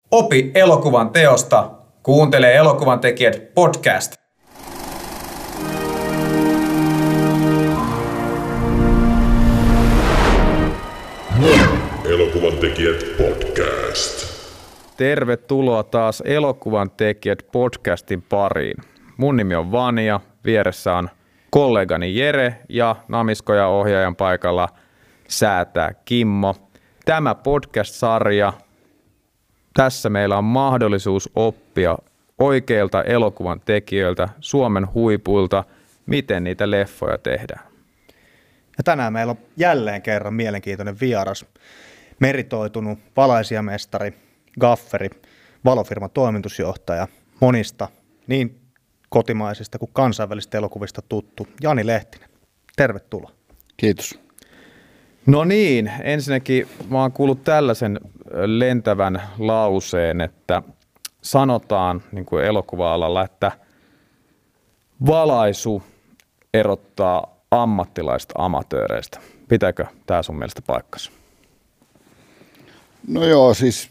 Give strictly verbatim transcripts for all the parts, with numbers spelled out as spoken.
Opi elokuvan teosta. Kuuntele Elokuvan tekijät podcast. Elokuvan tekijät podcast. Tervetuloa taas Elokuvan tekijät podcastin pariin. Mun nimi on Vania, vieressä on kollegani Jere ja namiskoja ohjaajan paikalla säätää Kimmo. Tämä podcast-sarja, tässä meillä on mahdollisuus oppia oikeilta elokuvan tekijöiltä, Suomen huipuilta, miten niitä leffoja tehdään. Ja tänään meillä on jälleen kerran mielenkiintoinen vieras, meritoitunut valaisijamestari, gafferi, valofirman toimitusjohtaja, monista niin kotimaisista kuin kansainvälisistä elokuvista tuttu Jani Lehtinen. Tervetuloa. Kiitos. No niin, ensinnäkin mä oon kuullut tällaisen lentävän lauseen, että sanotaan niin kuin elokuva-alalla, että valaisu erottaa ammattilaista amatööreistä. Pitääkö tämä sun mielestä paikkansa? No joo, siis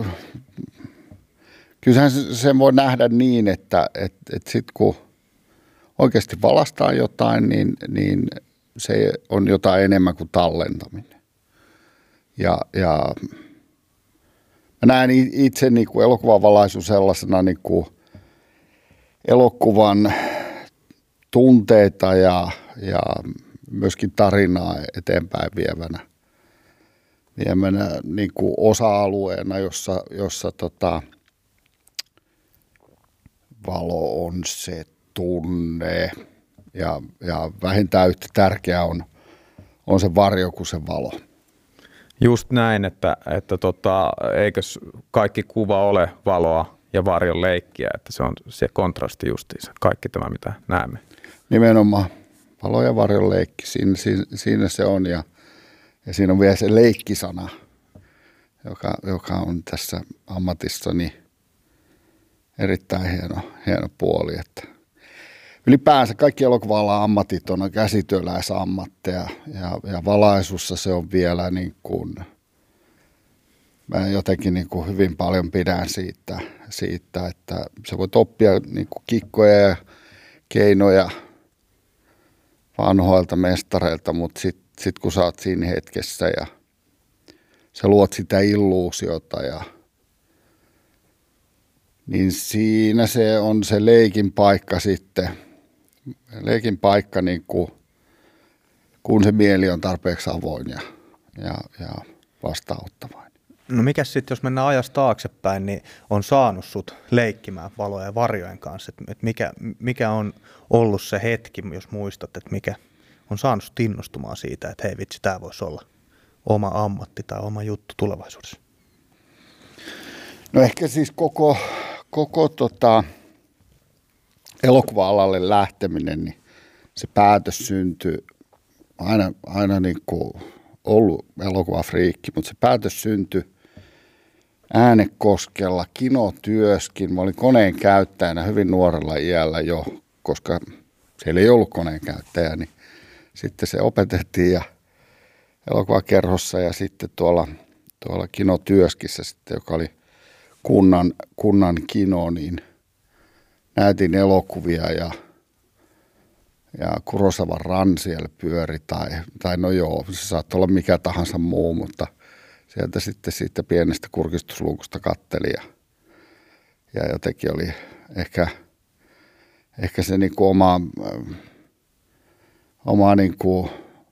kyllähän sen voi nähdä niin, että et, et sitten kun oikeasti valastaa jotain, niin, niin se on jotain enemmän kuin tallentaminen. Ja, ja mä näen itse niin kuin elokuvan valaisu sellaisena niin kuin elokuvan tunteita ja, ja myöskin tarinaa eteenpäin vievänä, vievänä niin kuin osa-alueena, jossa, jossa tota, valo on se tunne ja, ja vähintään yhtä tärkeää on, on se varjo kuin se valo. Just näin, että, että tota, eikös kaikki kuva ole valoa ja varjon leikkiä, että se on se kontrasti justiinsa, kaikki tämä mitä näemme. Nimenomaan valo ja varjon leikki, siinä, siinä, siinä se on ja, ja siinä on vielä se leikkisana, joka, joka on tässä ammatissani erittäin hieno, hieno puoli. Että ylipäänsä kaikki elokuva-alan ammatit on käsityöläisammatteja ja, ja valaisussa se on vielä niin kuin, mä jotenkin niin kuin hyvin paljon pidän siitä, siitä, että sä voit oppia niin kuin kikkoja ja keinoja vanhoilta mestareilta, mutta sitten sit kun sä oot siinä hetkessä ja sä luot sitä illuusiota, ja, niin siinä se on se leikin paikka sitten. Leikin paikka, niin kuin, kun se mieli on tarpeeksi avoin ja, ja, ja vastaanottavainen. No mikäs sitten, jos mennään ajasta taaksepäin, niin on saanut sut leikkimään valojen ja varjojen kanssa. Et, et mikä, mikä on ollut se hetki, jos muistat, että mikä on saanut sut innostumaan siitä, että hei vitsi, tämä voisi olla oma ammatti tai oma juttu tulevaisuudessa? No ehkä siis koko, koko tota, elokuva-alalle lähteminen, niin se päätös syntyi aina, aina niin kuin ollut elokuvafriikki, mutta se päätös syntyi Äänekoskella kinotyöskin. Mä olin koneen käyttäjänä hyvin nuorella iällä jo, koska siellä ei ollut koneen käyttäjä, niin sitten se opetettiin ja elokuvakerhossa ja sitten tuolla, tuolla kinotyöskissä sitten, joka oli kunnan, kunnan kino, niin näytin elokuvia ja, ja Kurosawan Run siellä pyöri tai, tai no joo, se saattoi olla mikä tahansa muu, mutta sieltä sitten siitä pienestä kurkistusluukusta katteli ja, ja jotenkin oli ehkä, ehkä se niinku oma, oma niinku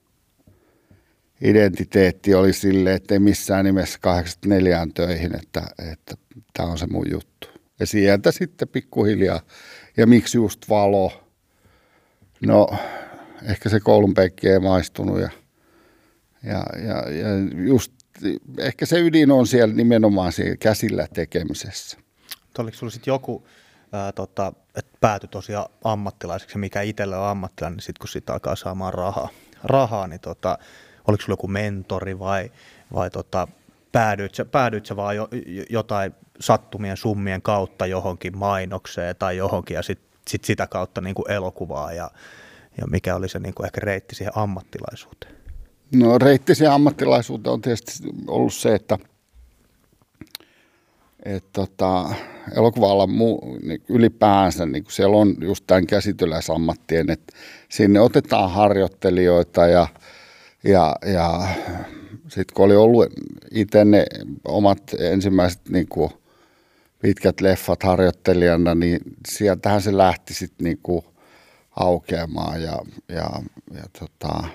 identiteetti oli silleen, että ei missään nimessä kahdeksankymmentäneljä töihin, että että tämä on se mun juttu. Ja sieltä sitten pikkuhiljaa, ja miksi just valo? No, ehkä se koulun penkki ei maistunut ja, ja, ja, ja just ehkä se ydin on siellä nimenomaan siellä käsillä tekemisessä. Oliko sulla sitten joku, ää, tota, että päätyi tosiaan ammattilaiseksi, mikä itsellä on ammattilainen, niin sitten kun siitä alkaa saamaan rahaa, rahaa niin tota, oliko sulla joku mentori vai, vai tota, päädyit sä, päädyit sä vaan jo, jotain sattumien summien kautta johonkin mainokseen tai johonkin ja sitten sit sitä kautta niin kuin elokuvaa ja, ja mikä oli se niin kuin ehkä reitti siihen ammattilaisuuteen? No reitti siihen ammattilaisuuteen on tietysti ollut se, että et tota, elokuva-alan mu, niin ylipäänsä, niin siellä on just tämän käsityöläisammattien, että sinne otetaan harjoittelijoita ja, ja, ja sitten kun oli ollut itse ne omat ensimmäiset niin kuin pitkät leffat harjoittelijana, niin sieltähän se lähti sitten niin kuin aukeamaan ja, ja, ja tota,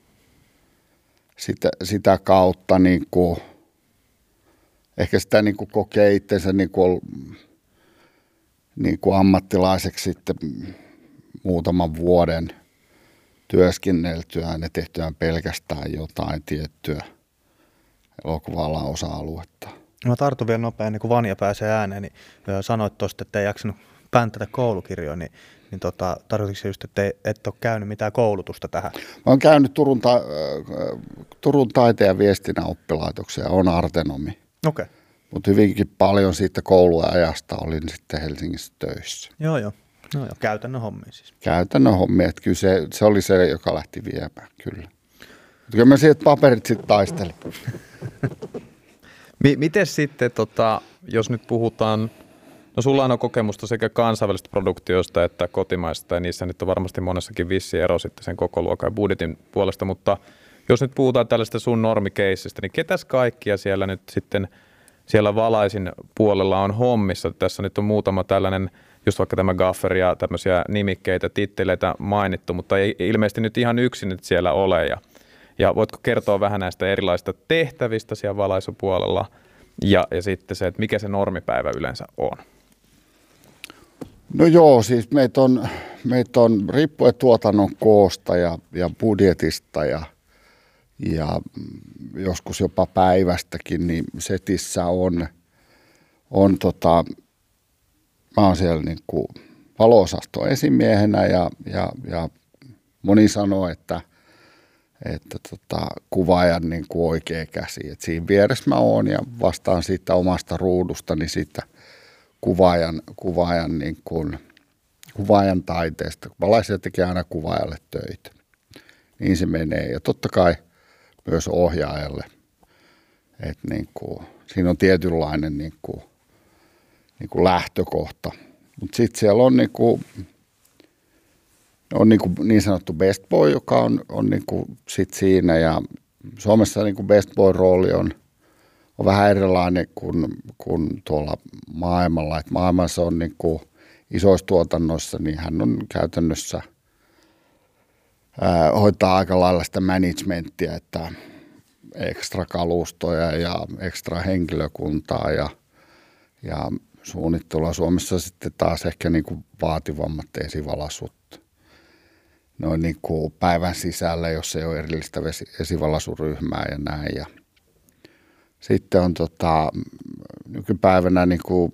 sitä, sitä kautta niin kuin, ehkä sitä niin kuin kokee itsensä niin kuin, niin kuin ammattilaiseksi sitten muutaman vuoden työskenneltyään ja tehtyään pelkästään jotain tiettyä elokuva-alan osa-aluetta. Mä tartun vielä nopein, niin kun Vanja pääsee ääneen, niin sanoit tuosta, että ei jaksanut päntätä koulukirjoja, niin, niin tota, tarkoitiko se just, että ei, et ole käynyt mitään koulutusta tähän? Mä oon käynyt Turun, ta- Turun taiteen ja viestinnän oppilaitoksen ja on artenomi. Okei. Okay. Mutta hyvinkin paljon siitä kouluajasta olin sitten Helsingissä töissä. Joo, joo. No joo, käytännön hommia siis. Käytännön hommia, että kyllä se, se oli se, joka lähti viemään, kyllä. Mutta kyllä mä siitä paperit sitten taistelin. Miten sitten, tota, jos nyt puhutaan, no sulla on kokemusta sekä kansainvälisistä produktioista että kotimaista, ja niissä nyt on varmasti monessakin vissi ero sitten sen koko luokan ja budjetin puolesta, mutta jos nyt puhutaan tällaista sun normikeissistä, niin ketäs kaikkia siellä nyt sitten siellä valaisin puolella on hommissa? Tässä nyt on muutama tällainen, just vaikka tämä Gaffer ja tämmöisiä nimikkeitä, titteleitä mainittu, mutta ei ilmeisesti nyt ihan yksin nyt siellä ole. Ja, ja voitko kertoa vähän näistä erilaisista tehtävistä siellä valaisupuolella ja, ja sitten se, että mikä se normipäivä yleensä on? No joo, siis meitä on, meitä on riippuen tuotannon koosta ja, ja budjetista ja, ja joskus jopa päivästäkin, niin setissä on, on tota, mä oon siellä niin kuin valo-osaston esimiehenä ja, ja, ja moni sanoo, että, että tota, kuvaajan niin kuin oikea käsi. Et siinä vieressä mä oon ja vastaan siitä omasta ruudustani siitä kuvaajan, kuvaajan, niin kuin, kuvaajan taiteesta. Valaisija tekee aina kuvaajalle töitä. Niin se menee. Ja totta kai myös ohjaajalle. Et niin kuin, siinä on tietynlainen niin kuin, niin kuin lähtökohta. Mutta sitten siellä on, niin, kuin, on niin, kuin niin sanottu best boy, joka on, on niin kuin sit siinä. Ja Suomessa niin kuin best boy rooli on, on vähän erilainen kuin, kuin tuolla maailmalla. Et maailmassa on niin kuin isoissa tuotannoissa, niin hän on käytännössä ää, hoitaa aika lailla sitä managementtia, että ekstra kalustoja ja ekstra henkilökuntaa ja, ja suunnittelua. Suomessa sitten taas ehkä niin kuin vaativammat esivalasut noin niin kuin päivän sisällä, jos ei ole erillistä esivalasuryhmää ja näin. Ja sitten on tota, nykypäivänä niin kuin,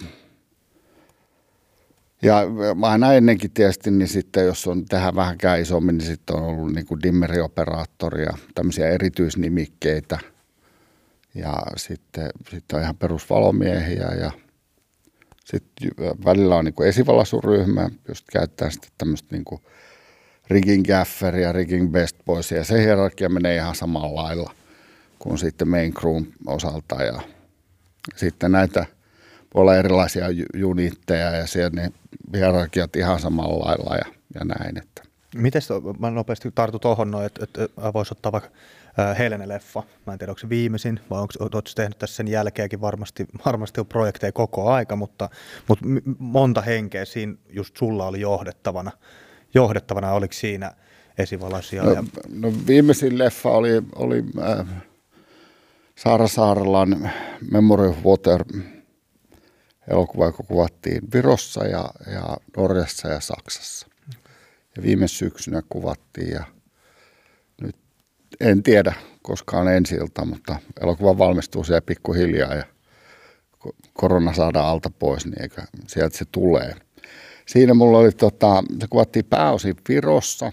ja aina ennenkin tietysti, niin sitten jos on tehdään vähänkään isommin, niin sitten on ollut niin kuin dimmerioperaattori ja tämmöisiä erityisnimikkeitä. Ja sitten, sitten on ihan perusvalomiehiä ja sitten välillä on niin kuin esivalasuryhmä, josta käyttää sitten tämmöistä niin kuin rigging gaffer ja rigging best boys. Ja se hierarkia menee ihan samalla lailla kuin sitten main crewn osalta. Ja sitten näitä voi olla erilaisia unitteja ja siellä ne hierarkiat ihan samalla lailla ja, ja näin. Että. Miten mä nopeasti tartun tuohon noin, että, että voisi ottaa vaikka Helene-leffa. Mä en tiedä, onko se viimeisin vai oletko tehnyt tässä sen jälkeenkin varmasti, varmasti on projekteja koko aika, mutta, mutta monta henkeä siinä just sulla oli johdettavana. Johdettavana oliko siinä esivalaisia? No, ja... no viimeisin leffa oli, oli äh, Saara Saarelan Memory of Water elokuva, joka kuvattiin Virossa ja, ja Norjassa ja Saksassa. Ja viime syksynä kuvattiin ja nyt en tiedä koskaan ensi-ilta, mutta elokuva valmistuu siellä pikkuhiljaa ja korona saadaan alta pois, niin eikä sieltä se tulee. Siinä mulla oli, tota, se kuvattiin pääosin Virossa.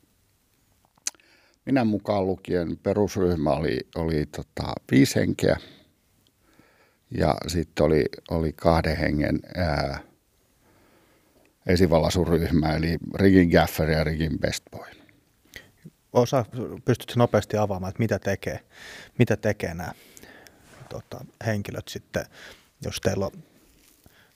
Minä mukaan lukien perusryhmä oli, oli tota, viisi henkeä ja sitten oli, oli kahden hengen ää, esivalasuryhmä, eli rigging gaffer ja rigging best boy. Osa, pystytkö nopeasti avaamaan, että mitä tekee, mitä tekee nämä tota, henkilöt sitten, jos teillä on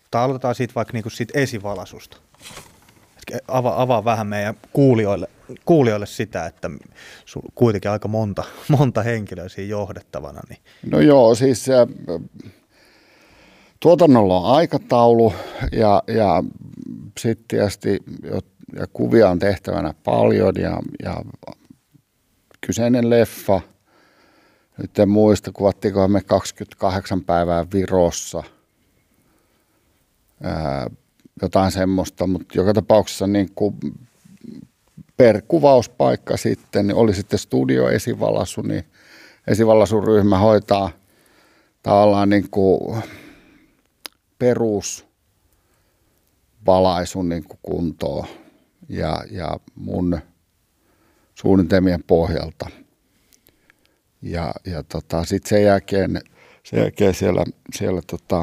Tai aloitetaan siitä vaikka niinku siitä esivalasusta. Avaa, avaa vähän meidän kuulijoille, kuulijoille sitä, että sulla kuitenkin aika monta, monta henkilöä siinä johdettavana. Niin. No joo, siis äh, tuotannolla on aikataulu ja, ja sitten tietysti ja kuvia on tehtävänä paljon ja, ja kyseinen leffa, nyt en muista, kuvattiinko me kaksikymmentäkahdeksan päivää Virossa, ää, jotain semmoista, mutta joka tapauksessa niin kuin per kuvauspaikka sitten, niin oli sitten studio-esivalasu, niin esivalasuryhmä hoitaa tavallaan niin kuin perusvalaisun niin kuin kuntoon ja, ja mun suunnitelmien pohjalta. Ja, ja tota, sitten sen jälkeen, sen jälkeen siellä, siellä tota,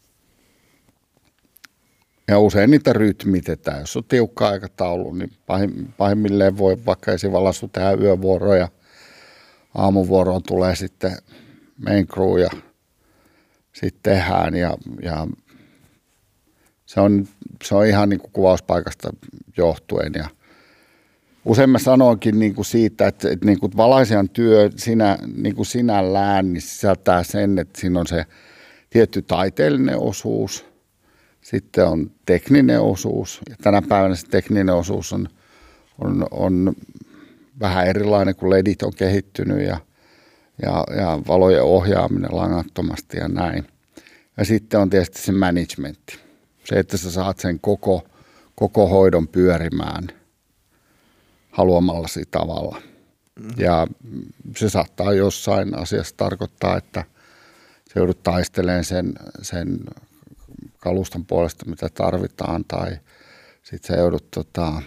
ja usein niitä rytmitetään. Jos on tiukka aikataulu, niin pahim, pahimmilleen voi vaikka esivalasu tehdä yövuoroja. Aamuvuoroon tulee sitten main crew ja sitten tehdään. Ja, ja se, on, se on ihan niin kuin kuvauspaikasta johtuen. Ja usein mä sanoinkin niin kuin siitä, että, että niin kuin valaisijan työ sinä, niin kuin sinällään niin sisältää sen, että siinä on se tietty taiteellinen osuus. Sitten on tekninen osuus, ja tänä päivänä se tekninen osuus on, on, on vähän erilainen, kun ledit on kehittynyt ja, ja, ja valojen ohjaaminen langattomasti ja näin. Ja sitten on tietysti se managementti, se, että sä saat sen koko, koko hoidon pyörimään haluamallasi tavalla. Ja se saattaa jossain asiassa tarkoittaa, että se joudut taistelemaan sen, sen kaluston puolesta, mitä tarvitaan, tai sitten sä joudut tota,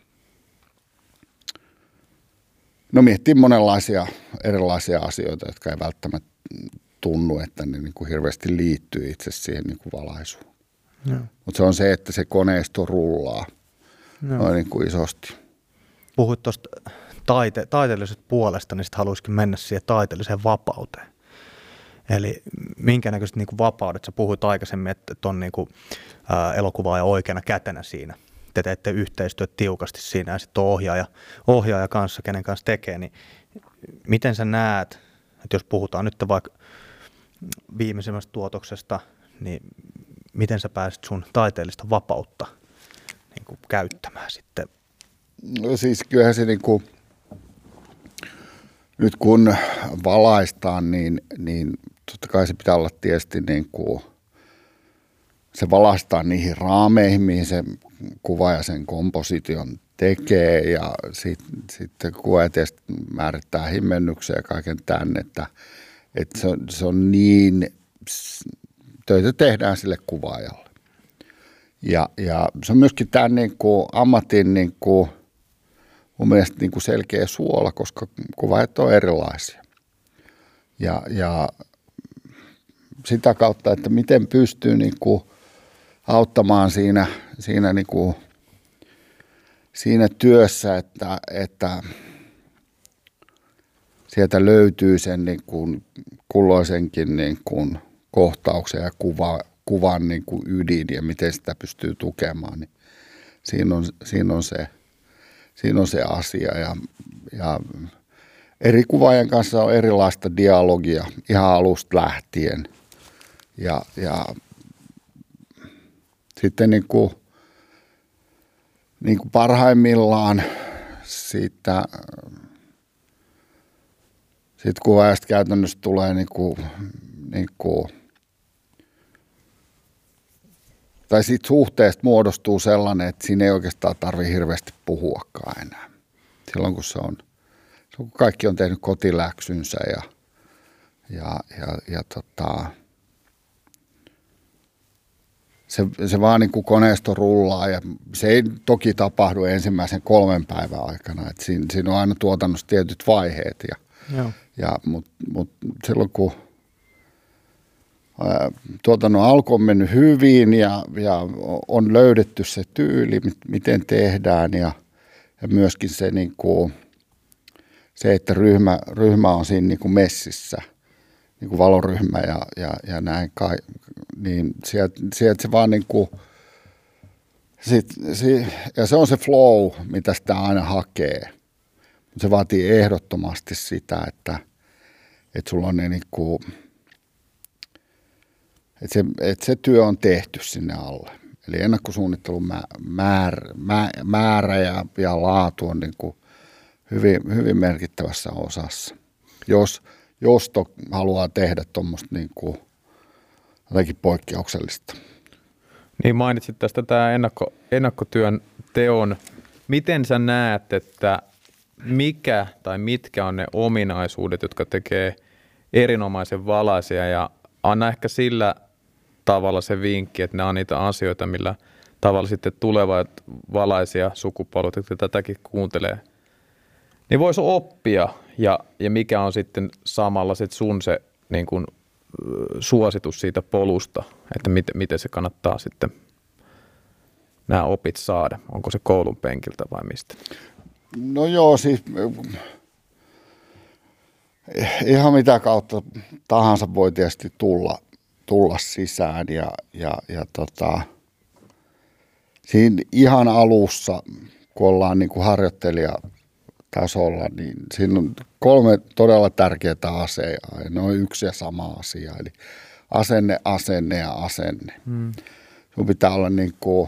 no miettimään monenlaisia erilaisia asioita, jotka ei välttämättä tunnu, että ne niin kuin hirveästi liittyy itse siihen niin kuin valaisuun. Mutta se on se, että se koneisto rullaa noin niin kuin isosti. Puhuit tuosta taite- taiteellisesta puolesta, niin sitten haluaisikin mennä siihen taiteelliseen vapauteen. Eli minkä näköiset niin kuin vapaudet, sä puhuit aikaisemmin, että on niin kuin, ää, elokuvaaja oikeana kätenä siinä. Te teette yhteistyötä tiukasti siinä ja sitten ohjaaja, ohjaaja kanssa, kenen kanssa tekee. Niin miten sä näet, että jos puhutaan nyt vaikka viimeisimmästä tuotoksesta, niin miten sä pääset sun taiteellista vapautta niin kuin käyttämään sitten? No siis kyllähän se niin kuin, nyt kun valaistaan, niin, niin totta kai se pitää olla tietysti niin kuin, se valaistaan niihin raameihin, mihin se kuva ja sen komposition tekee ja sitten sit kuva tietysti määrittää himmennyksen ja kaiken tämän, että, että se, se on niin, töitä tehdään sille kuvaajalle. Ja, ja se on myöskin tämän niin kuin ammatin niin kuin, mun mielestä niin kuin selkeä suola, koska kuvaajat on erilaisia. Ja, ja sitä kautta, että miten pystyy niin kuin auttamaan siinä, siinä, niin kuin, siinä työssä, että, että sieltä löytyy sen niin kuin kulloisenkin niin kuin kohtauksen ja kuva, kuvan niin kuin ydin ja miten sitä pystyy tukemaan. Niin siinä on, siinä on se. Siinä on se asia ja, ja eri kuvaajien kanssa on erilaista dialogia ihan alusta lähtien. Ja, ja sitten niin kuin, niin kuin parhaimmillaan siitä, siitä kuvaajasta käytännössä tulee niin kuin, niin kuin, tai siitä suhteesta muodostuu sellainen, että siinä ei oikeastaan tarvitse hirveästi puhuakaan enää. Silloin kun se on, kun kaikki on tehnyt kotiläksynsä ja, ja, ja, ja tota, se, se vaan niin kuin koneisto rullaa ja se ei toki tapahdu ensimmäisen kolmen päivän aikana. Että siinä, siinä on aina tuotannossa tietyt vaiheet, ja, ja, mutta mut silloin kun tuotannon alku on mennyt hyvin ja, ja on löydetty se tyyli, miten tehdään ja, ja myöskin se, niin kuin, se että ryhmä, ryhmä on siinä niin kuin messissä, niin kuin valoryhmä ja, ja, ja näin kai, niin sieltä, sieltä se vaan niin kuin, sit, si, ja se on se flow, mitä sitä aina hakee. Se vaatii ehdottomasti sitä, että, että sulla on ne niin kuin, että se, että se työ on tehty sinne alle. Eli ennakkosuunnittelun määrä, määrä ja, ja laatu on niin kuin hyvin, hyvin merkittävässä osassa. Jos, jos to, haluaa tehdä tuommoista niin kuin jotenkin poikkeuksellista. Niin mainitsit tästä tämä ennakko, ennakkotyön teon. Miten sä näet, että mikä tai mitkä on ne ominaisuudet, jotka tekee erinomaisen valaisia, ja anna ehkä sillä tavalla se vinkki, että nämä on niitä asioita, millä tavalla sitten tulevat valaisia sukupolvet, jotka tätäkin kuuntelee, niin voisi oppia, ja, ja mikä on sitten samalla sit sun se niin kuin, suositus siitä polusta, että miten, miten se kannattaa sitten nämä opit saada. Onko se koulun penkiltä vai mistä? No joo, siis ihan mitä kautta tahansa voi tietysti tulla, tulla sisään ja, ja, ja tota, siinä ihan alussa, kun ollaan niin kuin harjoittelijatasolla, niin siinä on kolme todella tärkeää asiaa ja ne on yksi ja sama asia, eli asenne, asenne ja asenne. Hmm. Sun pitää olla niin kuin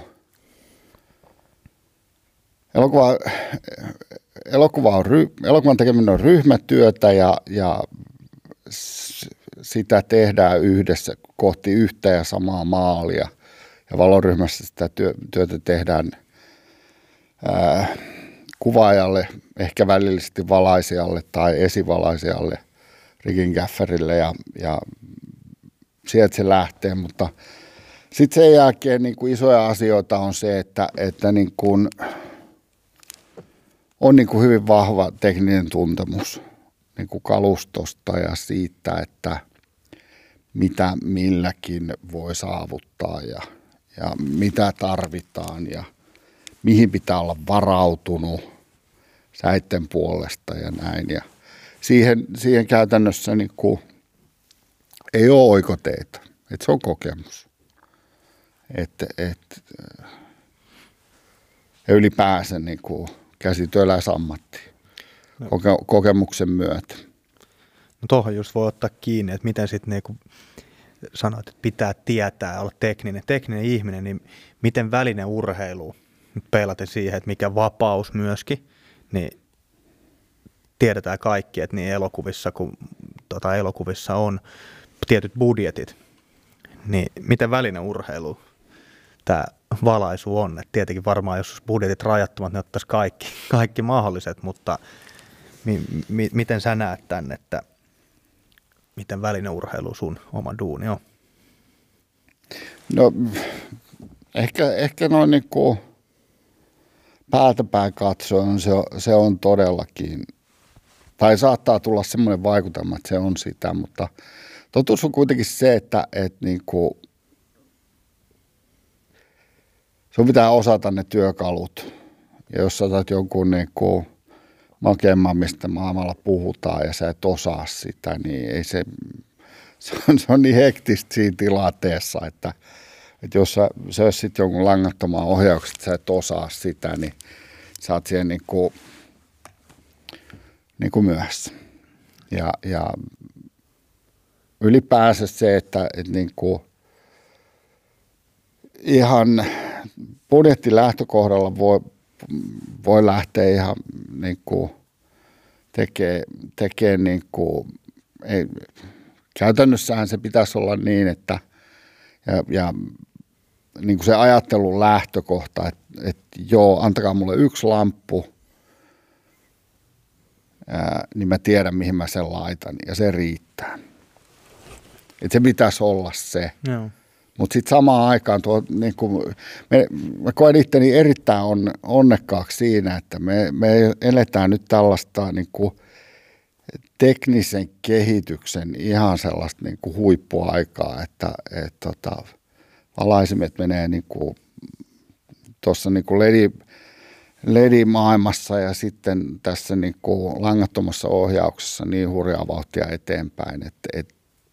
Elokuva, elokuva on ry, elokuvan tekeminen on ryhmätyötä ja, ja sitä tehdään yhdessä kohti yhtä ja samaa maalia. Ja valoryhmässä sitä työ, työtä tehdään ää, kuvaajalle, ehkä välillisesti valaisijalle tai esivalaisijalle, rigging-gafferille ja, ja sieltä se lähtee. Mutta sitten sen jälkeen niin kuin isoja asioita on se, että, että niin kuin on niin kuin hyvin vahva tekninen tuntemus niin kuin kalustosta ja siitä, että mitä milläkin voi saavuttaa ja, ja mitä tarvitaan ja mihin pitää olla varautunut säitten puolesta ja näin. Ja siihen, siihen käytännössä niin kuin ei ole oikoteita, että se on kokemus. Et, et, ja ylipäänsä niin kuin käsityöläisammatti koke- kokemuksen myötä. No tuohon just voi ottaa kiinni, että miten sitten niin kuin sanoit, että pitää tietää, olla tekninen, tekninen ihminen, niin miten välineurheilu, peilaten siihen, että mikä vapaus myöskin, niin tiedetään kaikki, että niin elokuvissa, kun tota, elokuvissa on tietyt budjetit, niin miten välineurheilu tämä valaisu on. Et tietenkin varmaan, jos budjetit rajattomat, ne ottaisi kaikki, kaikki mahdolliset, mutta mi, mi, miten sä näet tämän, että miten välineurheilu sun oma duuni on? No ehkä, ehkä noin niin kuin päältäpäin katsoen se, se on todellakin, tai saattaa tulla semmoinen vaikutelma, että se on sitä, mutta totuus on kuitenkin se, että, että niin kuin sun pitää osata ne työkalut. Ja jos sä otat jonkun niin kuin makeamman, mistä maailmalla puhutaan ja sä et osaa sitä, niin ei se, se, on, se on niin hektistä siinä tilanteessa, että, että jos sä sössit jonkun langattoman ohjaukset, sä et osaa sitä, niin sä oot siihen niin kuin, niin kuin myöhässä. Ja, ja ylipäänsä se, että, että niin kuin ihan budjettilähtökohdalla voi, voi lähteä ihan niin kuin tekee, tekee niin kuin, ei, käytännössähän se pitäisi olla niin, että ja, ja niin kuin se ajattelun lähtökohta, että, että joo, antakaa mulle yksi lamppu, ää, niin mä tiedän, mihin mä sen laitan, ja se riittää. Että se pitäisi olla se. Joo. Mutta sitten samaan aikaan tuo, niin kuin, me, mä koen itteni erittäin on, onnekkaaksi siinä, että me, me eletään nyt tällaista niin kuin teknisen kehityksen ihan sellaista niin kuin huippuaikaa, että et, tota, valaisimet menee niin kuin tuossa niin kuin ledi, ledimaailmassa ja sitten tässä niin kuin langattomassa ohjauksessa niin hurjaa vauhtia eteenpäin, että et,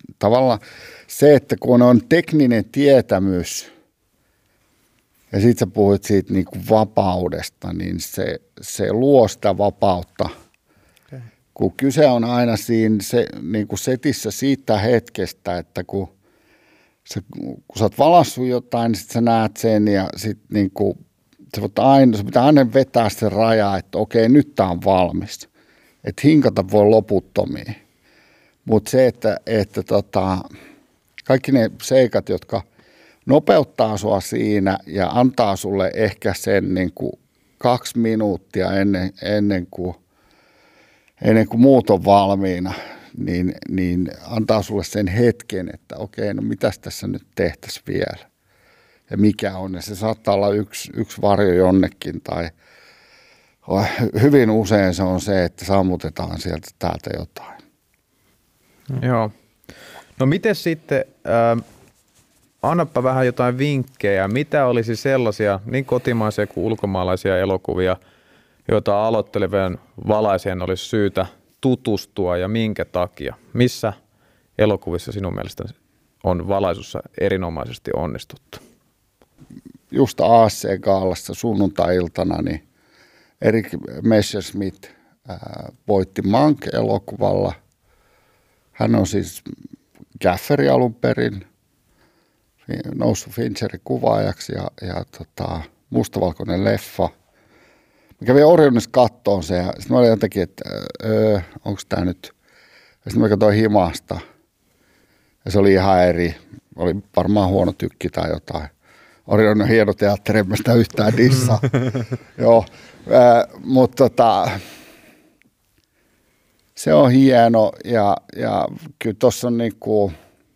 tavallaan se, että kun on tekninen tietämys ja sit sä puhuit siitä niin kuin vapaudesta, niin se, se luo sitä vapautta. Okay. Kun kyse on aina siinä se, niin kuin setissä siitä hetkestä, että kun sä, kun sä oot valassut jotain, niin sit sä näet sen ja sit niin kuin sä, voit aina, sä pitää aina vetää se raja, että okei, nyt tää on valmis. Että hinkata voi loputtomiin. Mutta se, että, että tota, kaikki ne seikat, jotka nopeuttaa sua siinä ja antaa sulle ehkä sen niin kuin kaksi minuuttia ennen, ennen, kuin, ennen kuin muut on valmiina, niin, niin antaa sulle sen hetken, että okei, no mitäs tässä nyt tehtäisiin vielä ja mikä on. Ja se saattaa olla yksi, yksi varjo jonnekin tai hyvin usein se on se, että sammutetaan sieltä täältä jotain. Joo. No miten sitten, äh, annapa vähän jotain vinkkejä, mitä olisi sellaisia niin kotimaisia kuin ulkomaalaisia elokuvia, joita aloittelevien valaisien olisi syytä tutustua ja minkä takia? Missä elokuvissa sinun mielestä on valaisussa erinomaisesti onnistuttu? Just A S C-gaalassa sunnuntai-iltana niin Erik Messerschmidt ää, voitti Mank-elokuvalla. Hän on siis gafferi alun perin, noussut Fincherin kuvaajaksi ja, ja tota, mustavalkoinen leffa. Mä kävin Orionissa kattoon se ja sitten mä olin jotenkin, että öö, onko tämä nyt. Ja sitten mä katsoin himasta ja se oli ihan eri. Oli varmaan huono tykki tai jotain. Orion on hieno teatteri, en mä sitä yhtään dissaa. Joo, äh, mutta tota, se on hieno ja, ja kyllä tuossa on niinku,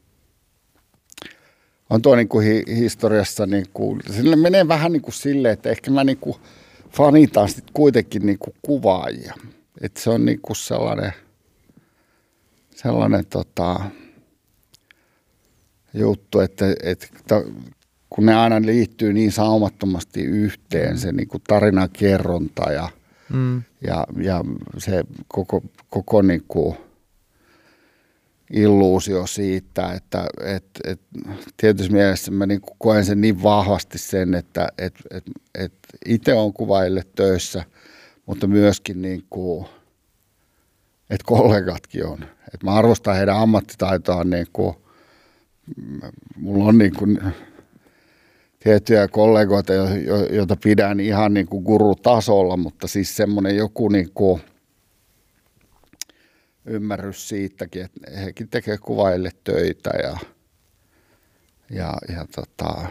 on tuo niinku hi, historiassa niinku, sille menee vähän niinku silleen, että ehkä mä niinku fanitaan sit kuitenkin niinku kuvaajia. Että se on niinku sellainen, sellainen tota, juttu, että, että kun ne aina liittyy niin saumattomasti yhteen, se niin kuin tarinankerronta ja, mm. ja, ja se koko, koko niin kuin illuusio siitä, että et, et, tietysti mielessä mä niin kuin koen sen niin vahvasti sen, että et, et, et itse on kuvaajille töissä, mutta myöskin niin kuin, että kollegatkin on. Et mä arvostan heidän ammattitaitoaan, niin kuin, mulla on niin kuin tiettyjä kollegoita, joita pidän ihan niin kuin gurutasolla, mutta siis semmoinen joku niin kuin ymmärrys siitäkin, että hekin tekee kuvaajille töitä ja, ja, ja tota,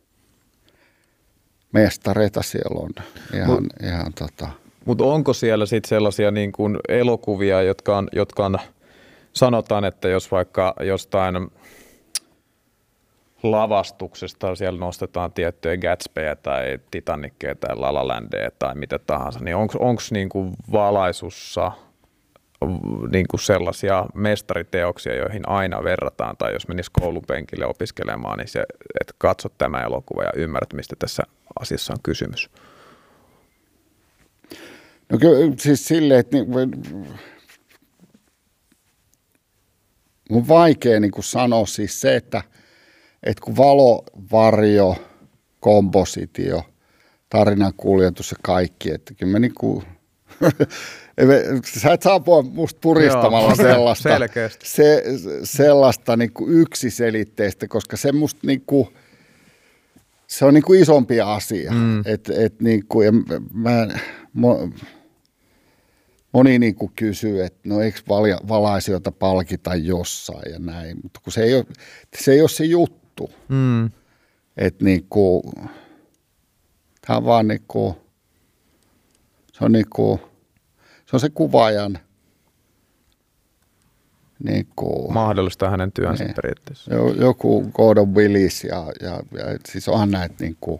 mestareita siellä on ihan, Mut, ihan tota. Mutta onko siellä sitten sellaisia niin kuin elokuvia, jotka on, jotka on, sanotaan, että jos vaikka jostain lavastuksesta siellä nostetaan tiettyjä Gatsbyjä tai Titanickeja tai La La Landeja tai mitä tahansa, niin onko niinku valaisussa niinku sellaisia mestariteoksia, joihin aina verrataan, tai jos menisi koulupenkille opiskelemaan, niin se, että katsot tämä elokuva ja ymmärrät, mistä tässä asiassa on kysymys? No kyllä siis silleen, että on vaikea niin kuin sanoa siis se, että että kun valo, varjo, kompositio, tarinankuljetus ja kaikki, että kyllä me niinku, sä et saapua musta puristamalla Joo, sellaista, se, sellaista niinku yksiselitteistä, koska se musta niinku, se on niinku isompi asia. Mm. Et, et niinku, ja mä, mo, moni niinku kysyy, että no eikö valaisijoita palkita jossain ja näin, mutta kun se ei ole se, ei ole se juttu. Mm. Että niinku, tämä on vaan niinku, se on niinku, se on se kuvaajan niinku. Mahdollistaa hänen työnsä niin, periaatteessa. Joku Gordon Willis ja, ja, ja siis onhan näitä niinku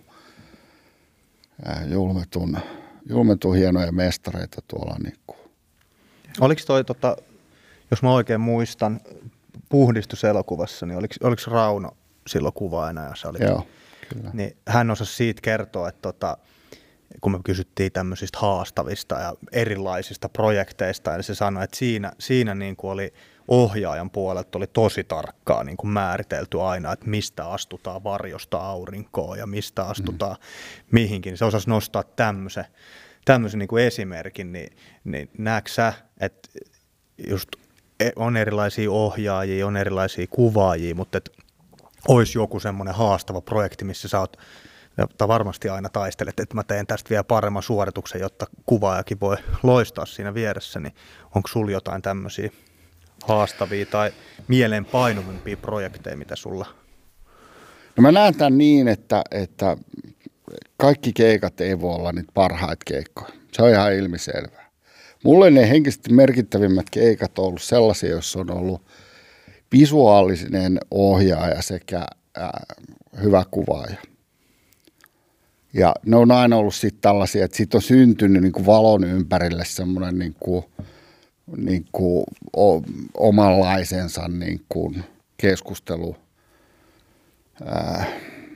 julmetun, julmetun hienoja mestareita tuolla niinku. Oliko toi, tota, jos mä oikein muistan, Puhdistuselokuvassa, niin oliko, oliko Rauno silloin kuvaajana? Ja se oli, Joo, kyllä. Niin hän osasi siitä kertoa, että, tota, kun me kysyttiin tämmöisistä haastavista ja erilaisista projekteista, ja se sanoi, että siinä, siinä niin kuin oli ohjaajan puolelta oli tosi tarkkaa niin kuin määritelty aina, että mistä astutaan varjosta aurinkoon ja mistä astutaan mm. mihinkin. Se osasi nostaa tämmöisen, tämmöisen niin kuin esimerkin, niin, niin näetkö sä, että just on erilaisia ohjaajia, on erilaisia kuvaajia, mutta että olisi joku semmoinen haastava projekti, missä sä oot, tai varmasti aina taistelet, että mä teen tästä vielä paremman suorituksen, jotta kuvaajakin voi loistaa siinä vieressä, niin onko sulla jotain tämmöisiä haastavia tai mieleenpainuvimpia projekteja, mitä sulla? No mä näen tämän niin, että, että kaikki keikat ei voi olla niitä parhaita keikkoja. Se on ihan ilmiselvää. Mulle ne henkisesti merkittävimmät keikat on ollut sellaisia, joissa on ollut visuaalinen ohjaaja sekä ää, hyvä kuvaaja. Ja ne on aina ollut sitten tällaisia, että siitä on syntynyt niin kuin valon ympärille semmoinen niin kuin, niin kuin o, omanlaisensa niin kuin keskustelu ää,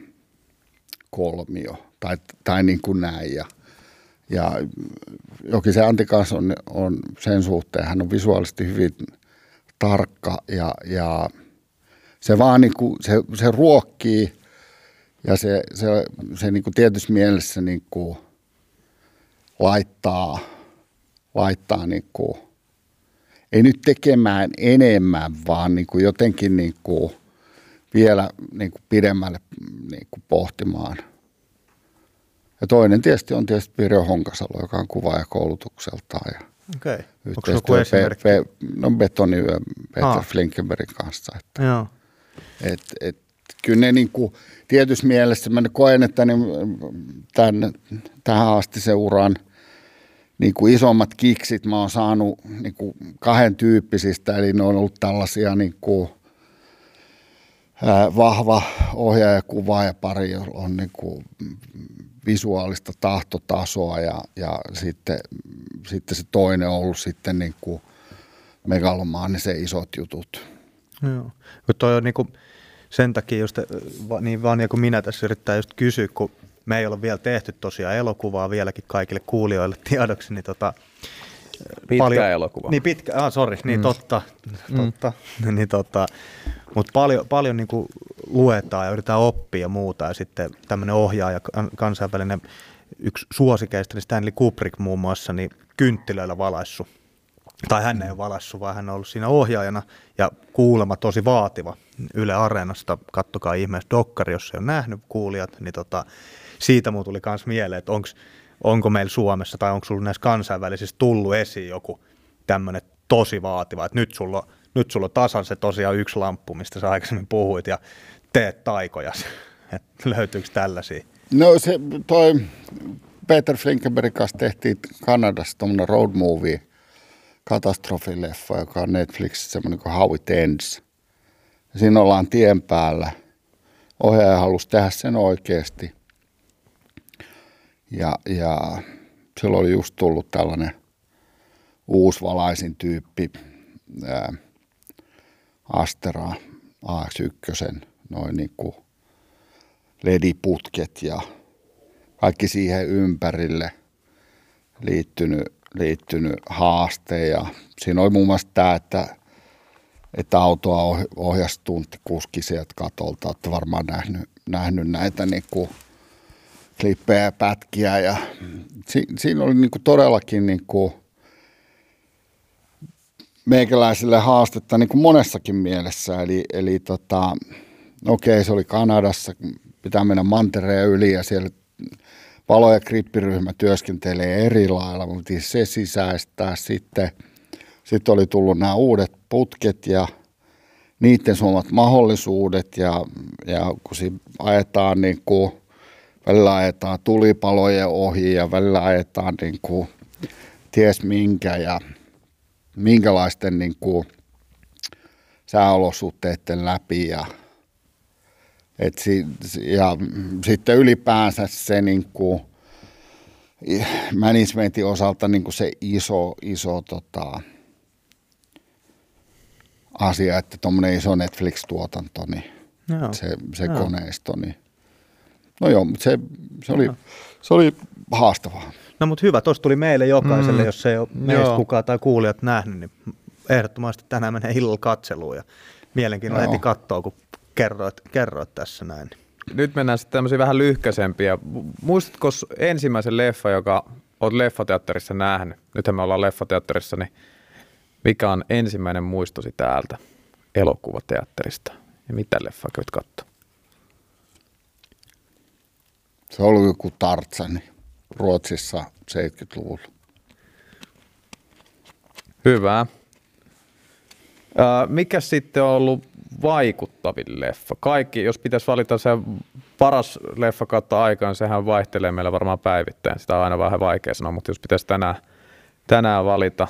kolmio tai, tai niin kuin näin. Ja, ja Jokisen Antti kanssa on, on sen suhteen, hän on visuaalisesti hyvin tarkka ja, ja se vaan niin kuin, se, se ruokkii ja se, se, se niin kuin tietyssä mielessä niin kuin laittaa, laittaa niin kuin, ei nyt tekemään enemmän, vaan niin kuin jotenkin niin kuin vielä niin kuin pidemmälle niin kuin pohtimaan. Ja toinen tietysti on tietysti Pirjo Honkasalo, joka on kuvaaja koulutukseltaan. Ja okei. Onko se joku esimerkki? Pe, pe, no Betoniyö Peter Flinkenbergin kanssa. Että, joo. Et, et, kyllä ne niin kuin, tietyssä mielessä mä koen, että ne, tämän, tähän asti se uran niin kuin isommat kiksit mä oon saanut niin kuin kahden tyyppisistä, eli ne on ollut tällaisia niin kuin, ää, vahva ohjaaja ja kuvaaja pari, jolla on niin kuin visuaalista tahtotasoa ja, ja sitten, sitten se toinen on ollut sitten niin kuin megalomaanisen isot jutut. Joo, kun toi on niin kuin sen takia just niin Vanja kuin minä tässä yrittää just kysyä, kun me ei ole vielä tehty tosiaan elokuvaa vieläkin kaikille kuulijoille tiedoksi, niin tota pitkä paljon, elokuva. Niin pitkä, ah sori, niin mm. totta, totta, mm. niin tota, mutta paljon, paljon niin kuin luetaan ja yritetään oppia ja muuta ja sitten tämmöinen ohjaaja, kansainvälinen yksi suosikeista, niin Stanley Kubrick muun muassa, niin kynttilöillä valaissut, tai hän ei ole valaissut, vaan hän on ollut siinä ohjaajana ja kuulemma tosi vaativa Yle Areenasta, kattokaa ihmeessä dokkari, jos ei ole nähnyt kuulijat, niin tota, siitä mun tuli myös mieleen, että onks, onko meillä Suomessa tai onko sulla näissä kansainvälisissä tullut esiin joku tämmöinen tosi vaativa, että nyt sulla, nyt sulla on tasan se tosiaan yksi lamppu, mistä sä aikaisemmin puhuit ja teet taikoja, että löytyykö tällaisia? No se toi Peter Flinkenbergin kanssa tehtiin Kanadassa tommoinen road movie, katastrofileffa, joka on Netflixissä semmoinen kuin How It Ends. Siinä ollaan tien päällä. Ohjaaja halusi tehdä sen oikeasti. Ja, ja silloin oli just tullut tällainen uusvalaisin tyyppi, ää, Astera A X yksi, noin niin kuin lediputket ja kaikki siihen ympärille liittynyt, liittynyt haaste. Ja siinä oli muun muassa tämä, että, että autoa ohjasi tuntikuski sieltä katolta. Olette varmaan nähnyt, nähnyt näitä niin kuin klippejä ja pätkiä. Ja si, siinä oli niin kuin todellakin niin kuin meikäläisille haastetta niin kuin monessakin mielessä. Eli, eli tota, okei, se oli Kanadassa, pitää mennä mantereen yli ja siellä valo- ja grippiryhmä työskentelee eri lailla, mutta se sisäistää. Sitten, sitten oli tullut nämä uudet putket ja niiden suomat mahdollisuudet ja, ja kun siinä ajetaan niin kuin, välillä ajetaan tulipalojen ohi ja välillä ajetaan niin kuin, ties minkä ja minkälaisten niin kuin, sääolosuhteiden läpi ja Et si, ja sitten ylipäänsä se niin kuin managementin osalta niin kuin se iso, iso tota, asia, että tuommoinen iso Netflix-tuotanto, niin joo, se, se joo. koneisto, niin no joo, mutta se, se, oli, se oli haastavaa. No mutta hyvä, tuossa tuli meille jokaiselle, Mm. jos ei ole meistä Joo. kukaan tai kuulijat nähnyt, niin ehdottomasti tänään menee illalla katseluun ja mielenkiinnolla Joo. heti kattoo, kun kerroit, kerroit tässä näin. Nyt mennään sitten tämmöisiä vähän lyhkäisempiä. Muistatko ensimmäisen leffa, joka olet leffateatterissa nähnyt? Nythän me ollaan leffateatterissa, niin mikä on ensimmäinen muistosi täältä elokuvateatterista? Ja mitä leffaa käyt katsoa? Se oli joku Tarzan Ruotsissa seitsemänkymmentäluvulla. Hyvä. Ää, mikä sitten on ollut vaikuttavin leffa? Kaikki, jos pitäisi valita se paras leffa kautta aikaan, sehän vaihtelee meillä varmaan päivittäin. Sitä on aina vähän vaikea sanoa, mutta jos pitäisi tänään, tänään valita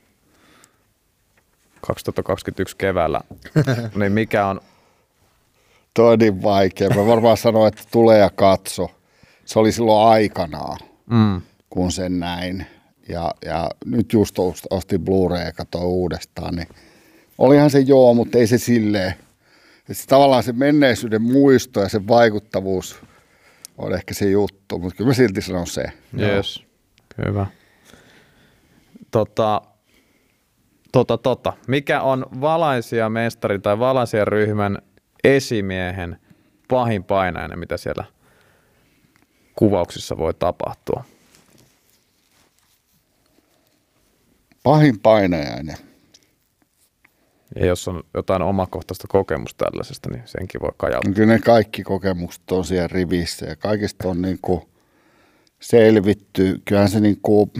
kaksituhattakaksikymmentäyksi keväällä, niin mikä on? Toi on niin vaikea. Mä varmaan sanoin, että tule ja katso. Se oli silloin aikanaan, Mm. kun sen näin. Ja, ja nyt just ostin Blu-ray ja katsoin uudestaan, niin olihan se joo, mutta ei se silleen. Että tavallaan se menneisyyden muisto ja se vaikuttavuus on ehkä se juttu, mutta kyllä mä silti sanon se. Yes. Hyvä. Tota, tota, tota. Mikä on Valaisia mestari tai Valaisia ryhmän esimiehen pahin painainen, mitä siellä kuvauksissa voi tapahtua? Pahin painajainen. Ja jos on jotain omakohtaista kokemusta tällaisesta, niin senkin voi kajauttaa. Kyllä ne kaikki kokemukset on siellä rivissä ja kaikista on niin kuin selvitty. Kyllähän se niin kuin,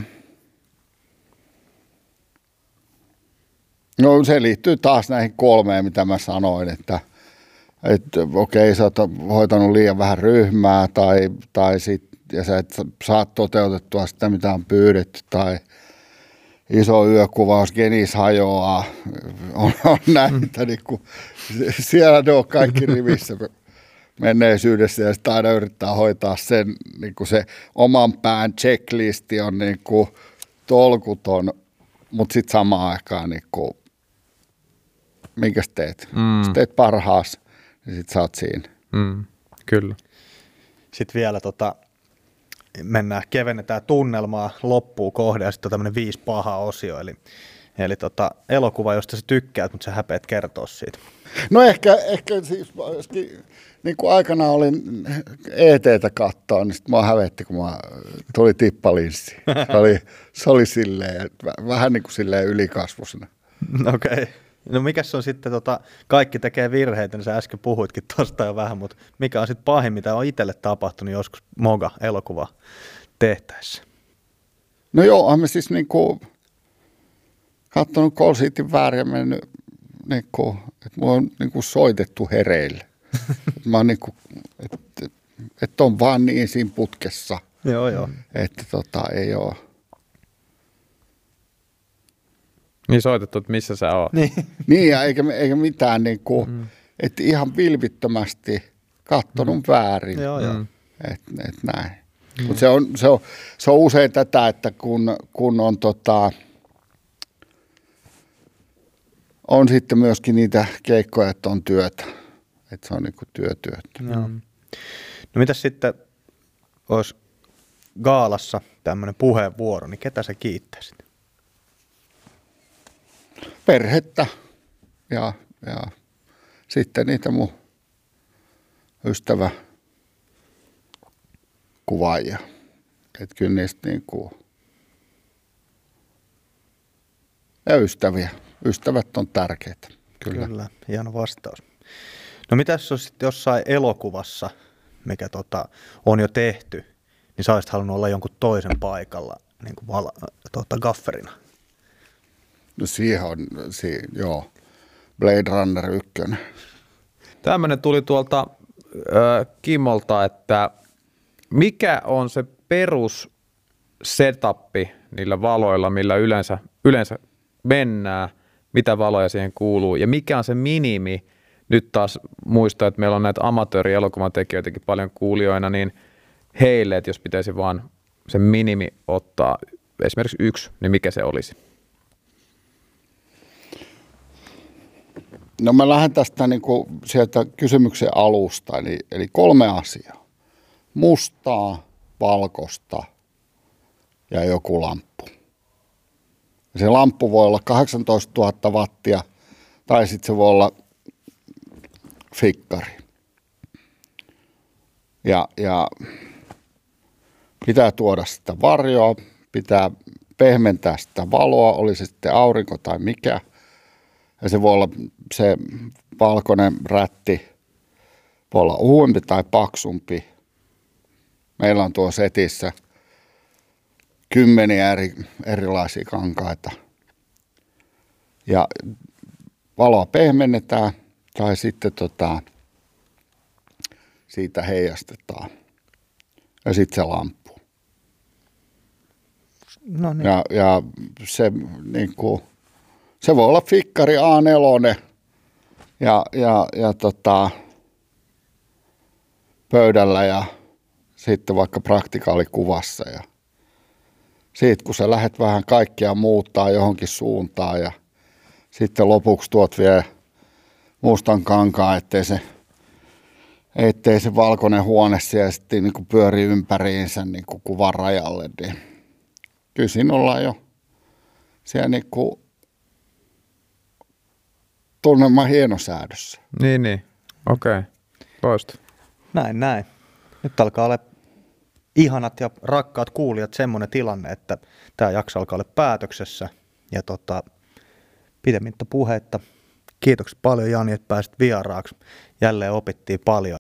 no se liittyy taas näihin kolmeen, mitä mä sanoin, että, että okei, sä oot hoitanut liian vähän ryhmää tai, tai sit, ja sä et saa toteutettua sitä, mitä on pyydetty tai iso yökuvaus, genis hajoaa, on, on näitä, niin kuin, siellä ne on kaikki rivissä menneisyydessä ja sitten aina yrittää hoitaa sen, niin kuin se oman pään checklisti on niin kuin tolkuton, mutta sitten samaan aikaan, niin kuin, minkäs teet? Mm. Jos teet parhaas, niin sitten sä oot siinä. Mm, kyllä. Sitten vielä tota, mennään, kevennetään tunnelmaa loppuun kohde ja sitten on tämmöinen viisi paha osio, eli, eli tota, elokuva, josta sä tykkäät, mutta sä häpeät kertoa siitä. No ehkä, ehkä siis, niin kuin aikanaan olin E T:tä katsoa, niin sitten mua hävetti, kun mä tuli tippalinssi. Se oli, se oli silleen, vähän niin kuin silleen ylikasvuisena. Okei. Okay. No mikäs on sitten, tota, kaikki tekee virheitä, niin sä äsken puhuitkin tuosta jo vähän, mutta mikä on sitten pahin, mitä on itselle tapahtunut joskus Moga-elokuva tehtäessä? No joo, olen siis niin kuin katsonut Call Cityn väärin ja mennyt, niin kuin, että mulla on niin kuin soitettu hereille. Mä oon niin kuin, että, että on vaan niin siinä putkessa, Joo, joo. että tota, ei ole. Niin soitettu, että missä sä oot. Niin. Niin, ja eikä, eikä mitään, niin kuin, mm. että ihan vilpittömästi katsonut mm. väärin. Joo, joo. Että et näin. Mm. Mutta se on, se, on, se on usein tätä, että kun, kun on, tota, on sitten myöskin niitä keikkoja, että on työtä. Että se on niinku työtyötä. Joo. No mitäs sitten olisi gaalassa tämmöinen puheenvuoro, niin ketä sä kiittäisit? Perhettä ja, ja sitten niitä mun ystävä kuvaajia. Että kyllä niistä niinku, ja ystäviä. Ystävät on tärkeitä. Kyllä. Kyllä, hieno vastaus. No mitäs jos sitten jossain elokuvassa, mikä tota, on jo tehty, niin sä olisit halunnut olla jonkun toisen paikalla niin kuin vala, tota, gafferina? No siihen on, siihen, joo, Blade Runner yksi. Tämmöinen tuli tuolta äh, Kimolta, että mikä on se perus setappi niillä valoilla, millä yleensä, yleensä mennään, mitä valoja siihen kuuluu, ja mikä on se minimi, nyt taas muistaa, että meillä on näitä amatöörielokuvan tekijöitäkin paljon kuulijoina, niin heille, että jos pitäisi vaan se minimi ottaa, esimerkiksi yksi, niin mikä se olisi? No mä lähden tästä niin kuin sieltä kysymyksen alusta, eli, eli kolme asiaa. Mustaa, valkoista ja joku lamppu. Ja se lamppu voi olla kahdeksantoistatuhatta wattia tai sitten se voi olla fikkari. Ja, ja pitää tuoda sitä varjoa, pitää pehmentää sitä valoa, oli se sitten aurinko tai mikä. Ja se voi olla se valkoinen rätti, voi olla uudempi tai paksumpi. Meillä on tuo setissä kymmeniä eri, erilaisia kankaita. Ja valoa pehmennetään tai sitten tota, siitä heijastetaan. Ja sitten se lamppu. No niin. Ja, ja se, niin kuin, se voi olla fikkari A neljä ja, ja, ja tota, pöydällä ja sitten vaikka praktikaalikuvassa. Ja siitä kun sä lähdet vähän kaikkia muuttaa johonkin suuntaan ja sitten lopuksi tuot vielä mustan kankaan, ettei se, ettei se valkoinen huone siellä sitten niin kuin pyöri ympäriinsä niin kuin kuvan rajalle. Niin kyllä siinä ollaan jo siellä niin kuin tunnelman hienosäädössä. Niin, niin. Okei. Okay. Loista. Näin, näin. Nyt alkaa olla ihanat ja rakkaat kuulijat semmoinen tilanne, että tämä jakso alkaa olla päätöksessä. Ja tota, pidemmittä puhetta. Kiitoksia paljon Jani, että pääsit vieraaksi. Jälleen opittiin paljon.